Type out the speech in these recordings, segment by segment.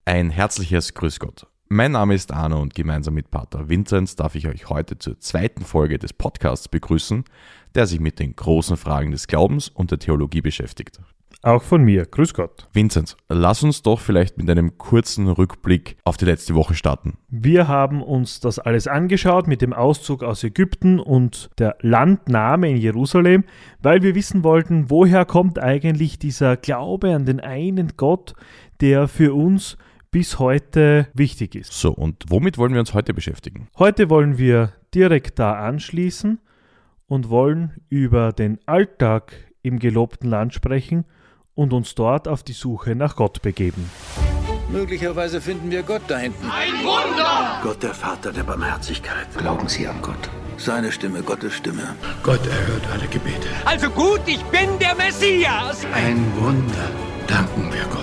Ein herzliches Grüß Gott. Mein Name ist Arno und gemeinsam mit Pater Vinzenz darf ich euch heute zur zweiten Folge des Podcasts begrüßen, der sich mit den großen Fragen des Glaubens und der Theologie beschäftigt. Auch von mir. Grüß Gott. Vinzenz, lass uns doch vielleicht mit einem kurzen Rückblick auf die letzte Woche starten. Wir haben uns das alles angeschaut mit dem Auszug aus Ägypten und der Landnahme in Jerusalem, weil wir wissen wollten, woher kommt eigentlich dieser Glaube an den einen Gott, der für uns bis heute wichtig ist. So, und womit wollen wir uns heute beschäftigen? Heute wollen wir direkt da anschließen und wollen über den Alltag im gelobten Land sprechen und uns dort auf die Suche nach Gott begeben. Möglicherweise finden wir Gott da hinten. Ein Wunder! Gott, der Vater der Barmherzigkeit. Glauben Sie an Gott? Seine Stimme, Gottes Stimme. Gott erhört alle Gebete. Also gut, ich bin der Messias! Ein Wunder. Danken wir Gott.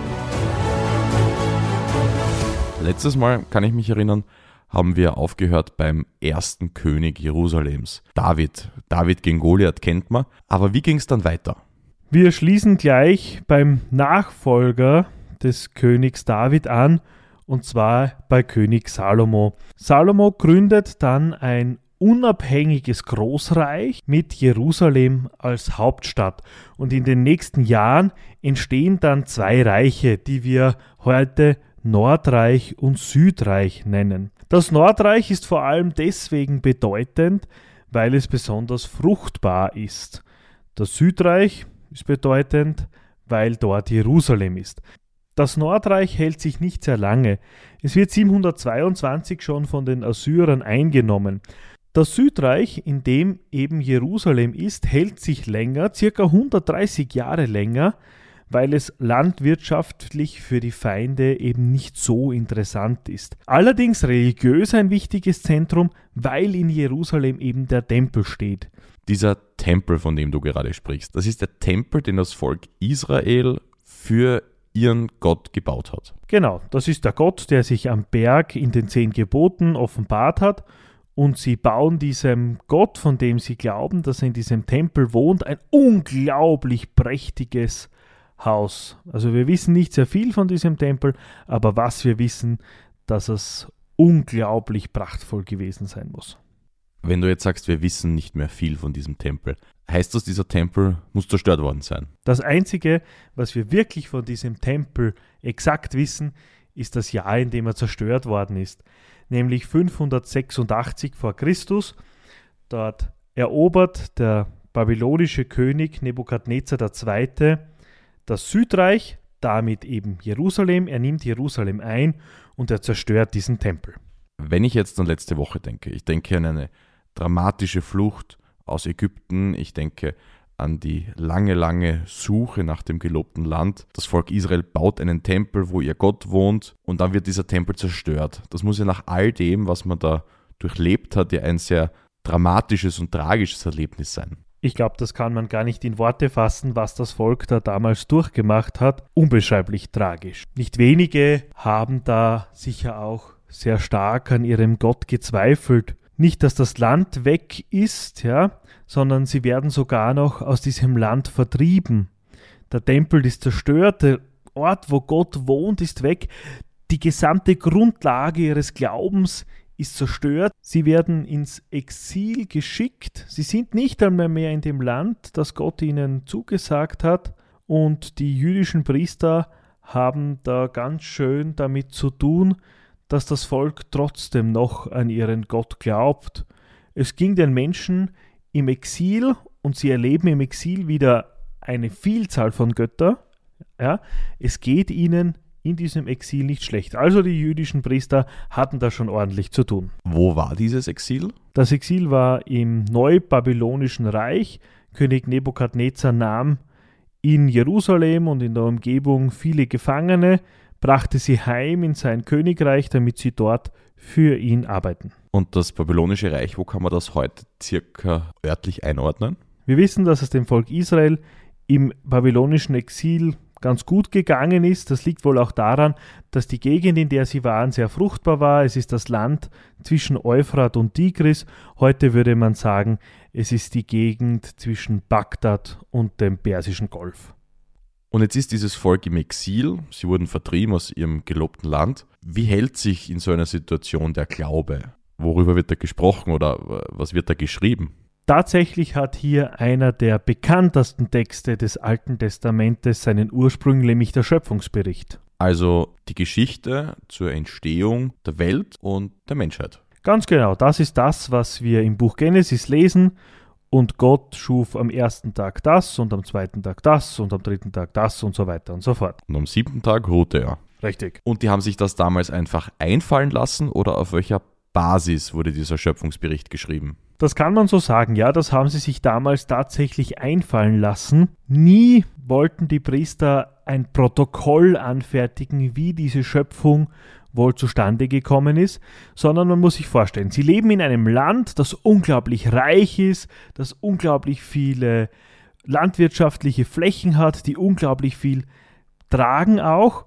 Letztes Mal, kann ich mich erinnern, haben wir aufgehört beim ersten König Jerusalems, David. David gegen Goliath kennt man, aber wie ging es dann weiter? Wir schließen gleich beim Nachfolger des Königs David an, und zwar bei König Salomo. Salomo gründet dann ein unabhängiges Großreich mit Jerusalem als Hauptstadt. Und in den nächsten Jahren entstehen dann zwei Reiche, die wir heute Nordreich und Südreich nennen. Das Nordreich ist vor allem deswegen bedeutend, weil es besonders fruchtbar ist. Das Südreich ist bedeutend, weil dort Jerusalem ist. Das Nordreich hält sich nicht sehr lange. Es wird 722 schon von den Assyrern eingenommen. Das Südreich, in dem eben Jerusalem ist, hält sich länger, ca. 130 Jahre länger, weil es landwirtschaftlich für die Feinde eben nicht so interessant ist. Allerdings religiös ein wichtiges Zentrum, weil in Jerusalem eben der Tempel steht. Dieser Tempel, von dem du gerade sprichst, das ist der Tempel, den das Volk Israel für ihren Gott gebaut hat. Genau, das ist der Gott, der sich am Berg in den 10 Geboten offenbart hat. Und sie bauen diesem Gott, von dem sie glauben, dass er in diesem Tempel wohnt, ein unglaublich prächtiges Haus. Also wir wissen nicht sehr viel von diesem Tempel, aber was wir wissen, dass es unglaublich prachtvoll gewesen sein muss. Wenn du jetzt sagst, wir wissen nicht mehr viel von diesem Tempel, heißt das, dieser Tempel muss zerstört worden sein? Das Einzige, was wir wirklich von diesem Tempel exakt wissen, ist das Jahr, in dem er zerstört worden ist, nämlich 586 vor Christus. Dort erobert der babylonische König Nebukadnezar II. Das Südreich, damit eben Jerusalem. Er nimmt Jerusalem ein und er zerstört diesen Tempel. Wenn ich jetzt an letzte Woche denke, ich denke an eine dramatische Flucht aus Ägypten, ich denke an die lange Suche nach dem gelobten Land. Das Volk Israel baut einen Tempel, wo ihr Gott wohnt, und dann wird dieser Tempel zerstört. Das muss ja nach all dem, was man da durchlebt hat, ja ein sehr dramatisches und tragisches Erlebnis sein. Ich glaube, das kann man gar nicht in Worte fassen, was das Volk da damals durchgemacht hat. Unbeschreiblich tragisch. Nicht wenige haben da sicher auch sehr stark an ihrem Gott gezweifelt. Nicht, dass das Land weg ist, ja, sondern sie werden sogar noch aus diesem Land vertrieben. Der Tempel ist zerstört, der Ort, wo Gott wohnt, ist weg. Die gesamte Grundlage ihres Glaubens ist zerstört. Sie werden ins Exil geschickt. Sie sind nicht einmal mehr in dem Land, das Gott ihnen zugesagt hat. Und die jüdischen Priester haben da ganz schön damit zu tun, dass das Volk trotzdem noch an ihren Gott glaubt. Es ging den Menschen im Exil, und sie erleben im Exil wieder eine Vielzahl von Göttern. Ja, es geht ihnen in diesem Exil nicht schlecht. Also die jüdischen Priester hatten da schon ordentlich zu tun. Wo war dieses Exil? Das Exil war im Neubabylonischen Reich. König Nebukadnezar nahm in Jerusalem und in der Umgebung viele Gefangene, brachte sie heim in sein Königreich, damit sie dort für ihn arbeiten. Und das Babylonische Reich, wo kann man das heute circa örtlich einordnen? Wir wissen, dass es dem Volk Israel im babylonischen Exil ganz gut gegangen ist. Das liegt wohl auch daran, dass die Gegend, in der sie waren, sehr fruchtbar war. Es ist das Land zwischen Euphrat und Tigris. Heute würde man sagen, es ist die Gegend zwischen Bagdad und dem Persischen Golf. Und jetzt ist dieses Volk im Exil, sie wurden vertrieben aus ihrem gelobten Land. Wie hält sich in so einer Situation der Glaube? Worüber wird da gesprochen oder was wird da geschrieben? Tatsächlich hat hier einer der bekanntesten Texte des Alten Testamentes seinen Ursprung, nämlich der Schöpfungsbericht. Also die Geschichte zur Entstehung der Welt und der Menschheit. Ganz genau, das ist das, was wir im Buch Genesis lesen. Und Gott schuf am ersten Tag das und am zweiten Tag das und am dritten Tag das und so weiter und so fort. Und am 7. Tag ruhte er. Richtig. Und die haben sich das damals einfach einfallen lassen oder auf welcher Basis wurde dieser Schöpfungsbericht geschrieben? Das kann man so sagen, ja, das haben sie sich damals tatsächlich einfallen lassen. Nie wollten die Priester ein Protokoll anfertigen, wie diese Schöpfung wohl zustande gekommen ist, sondern man muss sich vorstellen, sie leben in einem Land, das unglaublich reich ist, das unglaublich viele landwirtschaftliche Flächen hat, die unglaublich viel tragen auch.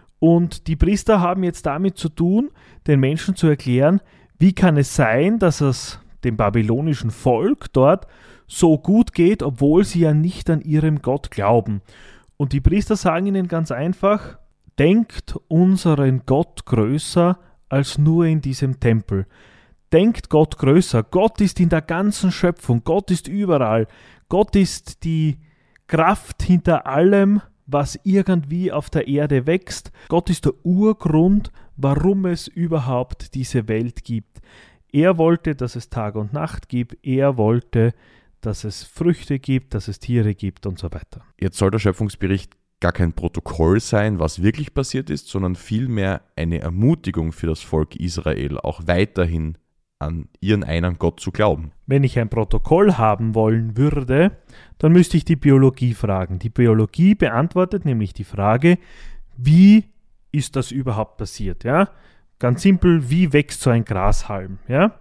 Und die Priester haben jetzt damit zu tun, den Menschen zu erklären, wie kann es sein, dass es dem babylonischen Volk dort so gut geht, obwohl sie ja nicht an ihrem Gott glauben. Und die Priester sagen ihnen ganz einfach, denkt unseren Gott größer als nur in diesem Tempel. Denkt Gott größer. Gott ist in der ganzen Schöpfung. Gott ist überall. Gott ist die Kraft hinter allem, was irgendwie auf der Erde wächst. Gott ist der Urgrund, warum es überhaupt diese Welt gibt. Er wollte, dass es Tag und Nacht gibt. Er wollte, dass es Früchte gibt, dass es Tiere gibt und so weiter. Jetzt soll der Schöpfungsbericht gar kein Protokoll sein, was wirklich passiert ist, sondern vielmehr eine Ermutigung für das Volk Israel, auch weiterhin an ihren einen Gott zu glauben. Wenn ich ein Protokoll haben wollen würde, dann müsste ich die Biologie fragen. Die Biologie beantwortet nämlich die Frage, wie ist das überhaupt passiert? Ja? Ganz simpel, wie wächst so ein Grashalm? Ja?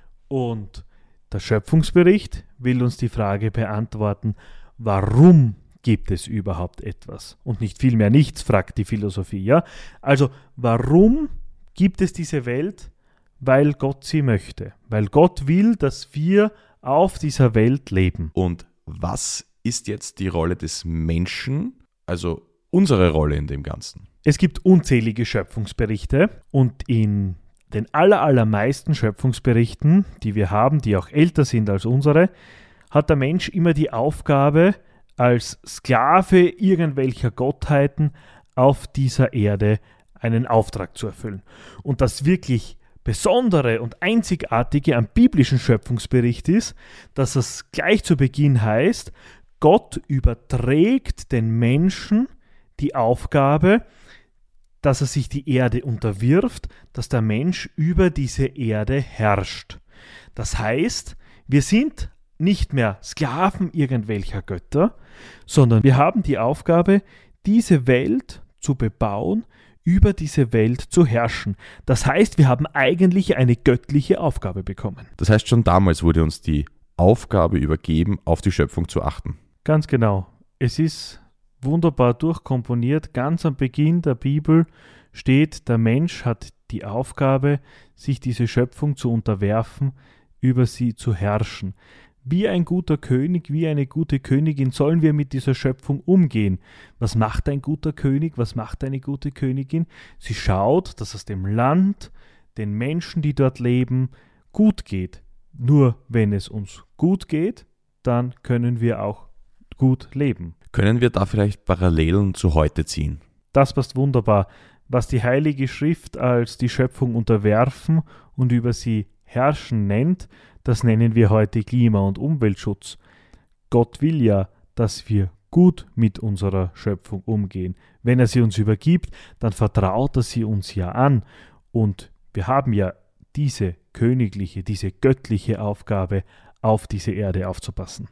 Und der Schöpfungsbericht will uns die Frage beantworten, warum gibt es überhaupt etwas? Und nicht vielmehr nichts, fragt die Philosophie. Ja? Also, warum gibt es diese Welt? Weil Gott sie möchte. Weil Gott will, dass wir auf dieser Welt leben. Und was ist jetzt die Rolle des Menschen, also unsere Rolle in dem Ganzen? Es gibt unzählige Schöpfungsberichte und in den allermeisten Schöpfungsberichten, die wir haben, die auch älter sind als unsere, hat der Mensch immer die Aufgabe, als Sklave irgendwelcher Gottheiten auf dieser Erde einen Auftrag zu erfüllen. Und das wirklich Besondere und Einzigartige am biblischen Schöpfungsbericht ist, dass es gleich zu Beginn heißt, Gott überträgt den Menschen die Aufgabe, dass er sich die Erde unterwirft, dass der Mensch über diese Erde herrscht. Das heißt, wir sind nicht mehr Sklaven irgendwelcher Götter, sondern wir haben die Aufgabe, diese Welt zu bebauen, über diese Welt zu herrschen. Das heißt, wir haben eigentlich eine göttliche Aufgabe bekommen. Das heißt, schon damals wurde uns die Aufgabe übergeben, auf die Schöpfung zu achten. Ganz genau. Es ist wunderbar durchkomponiert. Ganz am Beginn der Bibel steht, der Mensch hat die Aufgabe, sich diese Schöpfung zu unterwerfen, über sie zu herrschen. Wie ein guter König, wie eine gute Königin sollen wir mit dieser Schöpfung umgehen. Was macht ein guter König? Was macht eine gute Königin? Sie schaut, dass es dem Land, den Menschen, die dort leben, gut geht. Nur wenn es uns gut geht, dann können wir auch gut leben. Können wir da vielleicht Parallelen zu heute ziehen? Das passt wunderbar. Was die Heilige Schrift als die Schöpfung unterwerfen und über sie herrschen nennt, das nennen wir heute Klima- und Umweltschutz. Gott will ja, dass wir gut mit unserer Schöpfung umgehen. Wenn er sie uns übergibt, dann vertraut er sie uns ja an. Und wir haben ja diese königliche, diese göttliche Aufgabe, auf diese Erde aufzupassen.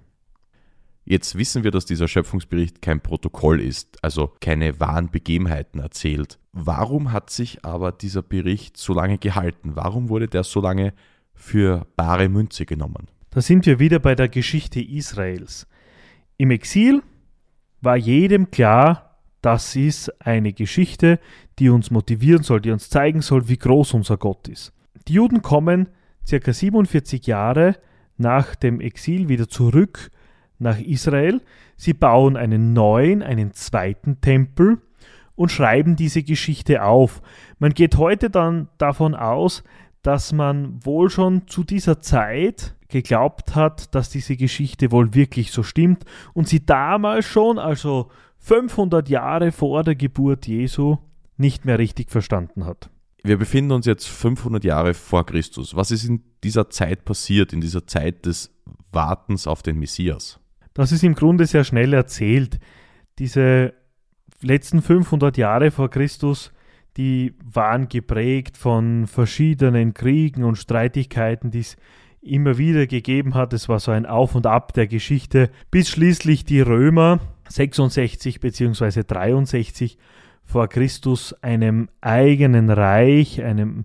Jetzt wissen wir, dass dieser Schöpfungsbericht kein Protokoll ist, also keine wahren Begebenheiten erzählt. Warum hat sich aber dieser Bericht so lange gehalten? Warum wurde der so lange für bare Münze genommen? Da sind wir wieder bei der Geschichte Israels. Im Exil war jedem klar, das ist eine Geschichte, die uns motivieren soll, die uns zeigen soll, wie groß unser Gott ist. Die Juden kommen ca. 47 Jahre nach dem Exil wieder zurück nach Israel. Sie bauen einen neuen, einen zweiten Tempel und schreiben diese Geschichte auf. Man geht heute dann davon aus, dass man wohl schon zu dieser Zeit geglaubt hat, dass diese Geschichte wohl wirklich so stimmt und sie damals schon, also 500 Jahre vor der Geburt Jesu, nicht mehr richtig verstanden hat. Wir befinden uns jetzt 500 Jahre vor Christus. Was ist in dieser Zeit passiert, in dieser Zeit des Wartens auf den Messias? Das ist im Grunde sehr schnell erzählt. Diese letzten 500 Jahre vor Christus, die waren geprägt von verschiedenen Kriegen und Streitigkeiten, die es immer wieder gegeben hat. Es war so ein Auf und Ab der Geschichte, bis schließlich die Römer 66 bzw. 63 vor Christus einem eigenen Reich, einem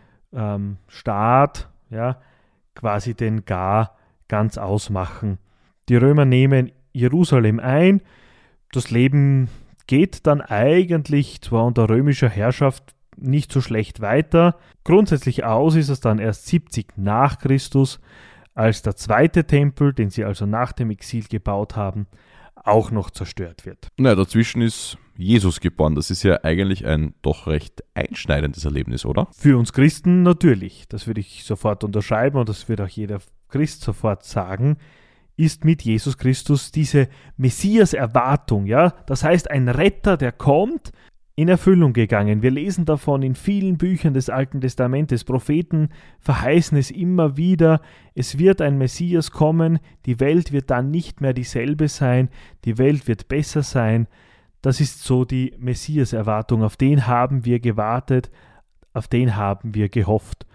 Staat, ja, quasi den ganz ausmachen. Die Römer nehmen Jerusalem ein. Das Leben geht dann eigentlich zwar unter römischer Herrschaft nicht so schlecht weiter. Grundsätzlich aus ist es dann erst 70 nach Christus, als der zweite Tempel, den sie also nach dem Exil gebaut haben, auch noch zerstört wird. Naja, dazwischen ist Jesus geboren. Das ist ja eigentlich ein doch recht einschneidendes Erlebnis, oder? Für uns Christen natürlich. Das würde ich sofort unterschreiben und das wird auch jeder Christ sofort sagen. Ist mit Jesus Christus diese Messias-Erwartung, ja, das heißt ein Retter, der kommt, in Erfüllung gegangen. Wir lesen davon in vielen Büchern des Alten Testamentes. Propheten verheißen es immer wieder. Es wird ein Messias kommen, die Welt wird dann nicht mehr dieselbe sein, die Welt wird besser sein. Das ist so die Messias-Erwartung. Auf den haben wir gewartet, auf den haben wir gehofft.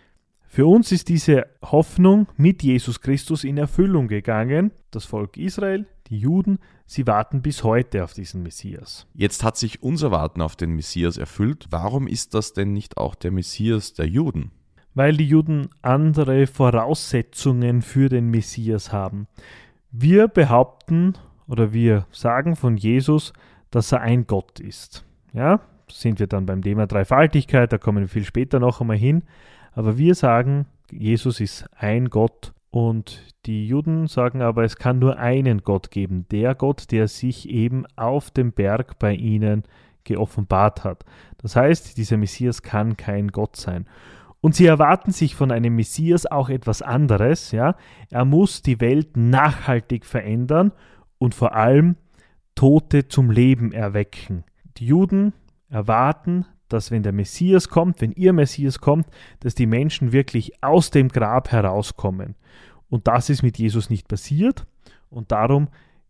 Für uns ist diese Hoffnung mit Jesus Christus in Erfüllung gegangen. Das Volk Israel, die Juden, sie warten bis heute auf diesen Messias. Jetzt hat sich unser Warten auf den Messias erfüllt. Warum ist das denn nicht auch der Messias der Juden? Weil die Juden andere Voraussetzungen für den Messias haben. Wir behaupten oder wir sagen von Jesus, dass er ein Gott ist. Ja, sind wir dann beim Thema Dreifaltigkeit, da kommen wir viel später noch einmal hin. Aber wir sagen, Jesus ist ein Gott und die Juden sagen aber, es kann nur einen Gott geben, der Gott, der sich eben auf dem Berg bei ihnen geoffenbart hat. Das heißt, dieser Messias kann kein Gott sein. Und sie erwarten sich von einem Messias auch etwas anderes. Ja? Er muss die Welt nachhaltig verändern und vor allem Tote zum Leben erwecken. Die Juden erwarten, dass wenn der Messias kommt, wenn ihr Messias kommt, dass die Menschen wirklich aus dem Grab herauskommen. Und das ist mit Jesus nicht passiert und darum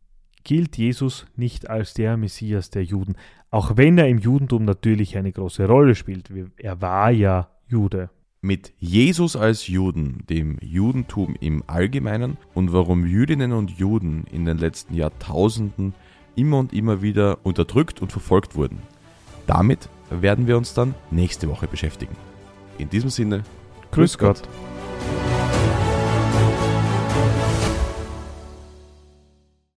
gilt Jesus nicht als der Messias der Juden. Auch wenn er im Judentum natürlich eine große Rolle spielt. Er war ja Jude. Mit Jesus als Juden, dem Judentum im Allgemeinen und warum Jüdinnen und Juden in den letzten Jahrtausenden immer und immer wieder unterdrückt und verfolgt wurden. Damit werden wir uns dann nächste Woche beschäftigen. In diesem Sinne, Grüß Gott.